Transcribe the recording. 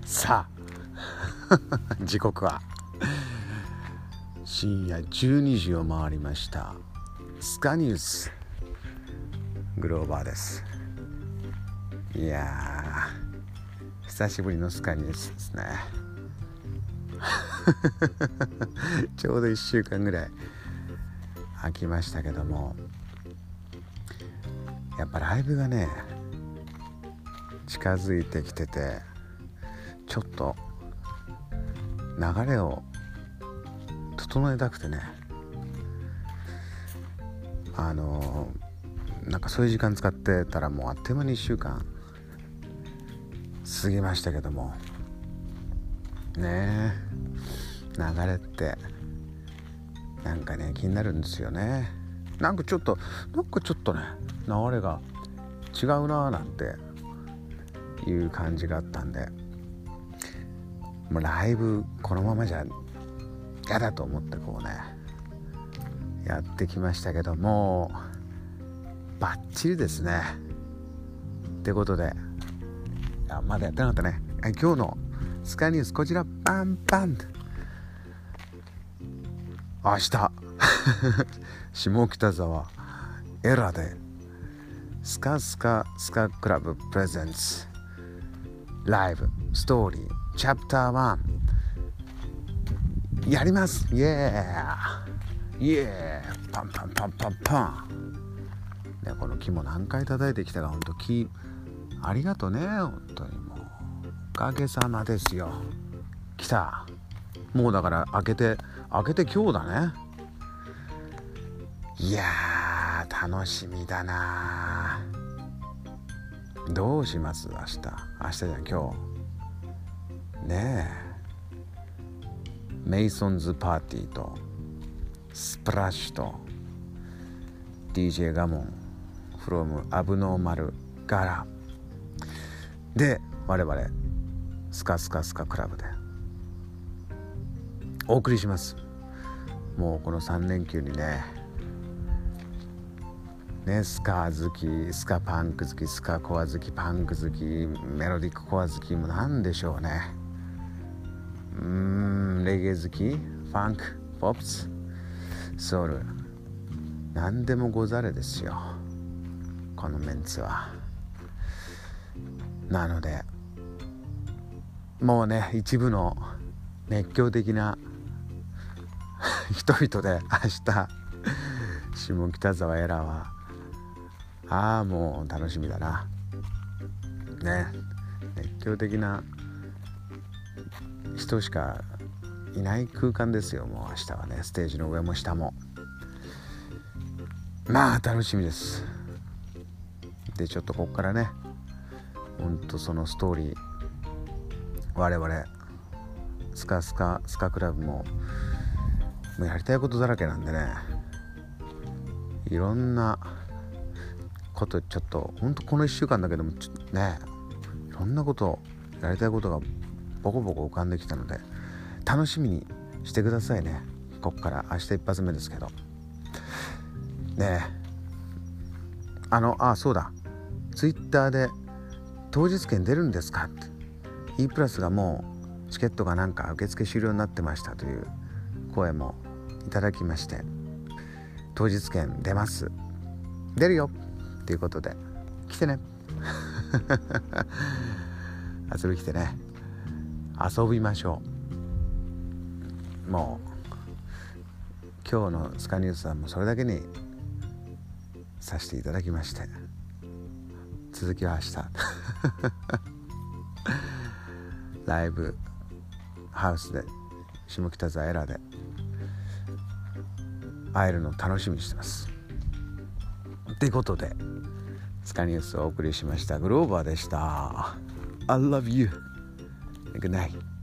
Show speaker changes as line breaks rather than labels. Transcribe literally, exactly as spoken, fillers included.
さあ時刻は深夜じゅうにじを回りました。スカニュースグローバーです。いやー久しぶりのスカニュースですねちょうどいっしゅうかんぐらい空きましたけども、やっぱライブがね近づいてきてて、ちょっと流れを整えたくてね、あのなんかそういう時間使ってたらもうあっという間にいっしゅうかん過ぎましたけどもねえ、流れってなんかね気になるんですよね。なんかちょっとなんかちょっとね流れが違うなーなんていう感じがあったんで、もうライブこのままじゃ嫌だと思ってこうねやってきましたけども、バッチリですね。ってことで、いやまだやってなかったね。今日のスカイニュースこちらパンパン。明日下北沢エラでスカスカスカクラブプレゼンツライブストーリーチャプターワンやります。イエーイエーパンパンパンパンパン、ね、この木も何回叩いてきたか本当木ありがとね。本当にもうおかげさまですよ。来た。もうだから開けて開けて今日だね。いやー楽しみだな。どうします明日明日じゃん今日ねえ、メイソンズパーティーとスプラッシュと ディージェー ガモン from アブノーマルガラで我々スカスカスカクラブでお送りします。もうこのさん連休にねねスカ好きスカパンク好きスカコア好きパンク好きメロディックコア好きもなんでしょうね、うーんレゲエ好きファンクポップスソウルなんでもござれですよこのメンツは。なのでもうね一部の熱狂的な人々で明日下北沢エラはああもう楽しみだなね。熱狂的な人しかいない空間ですよ。もう明日はねステージの上も下もまあ楽しみです。でちょっとここからねほんとそのストーリー我々スカスカスカクラブももうやりたいことだらけなんでね、いろんなことちょっとほんとこのいっしゅうかんだけどもちょっとねいろんなことやりたいことがボコボコ浮かんできたので楽しみにしてくださいね。こっから明日一発目ですけどねえ、あのあそうだツイッターで当日券出るんですかって E プラスがもうチケットがなんか受付終了になってましたという声もいただきまして、当日券出ます出るよということで来てね遊び来てね遊びましょう。もう今日のスカニュースはもうそれだけにさせていただきまして、続きは明日ライブハウスで下北沢エラで会えるのを楽しみにしてますということでスカニュースをお送りしました。グローバーでした。 I love you. Good night.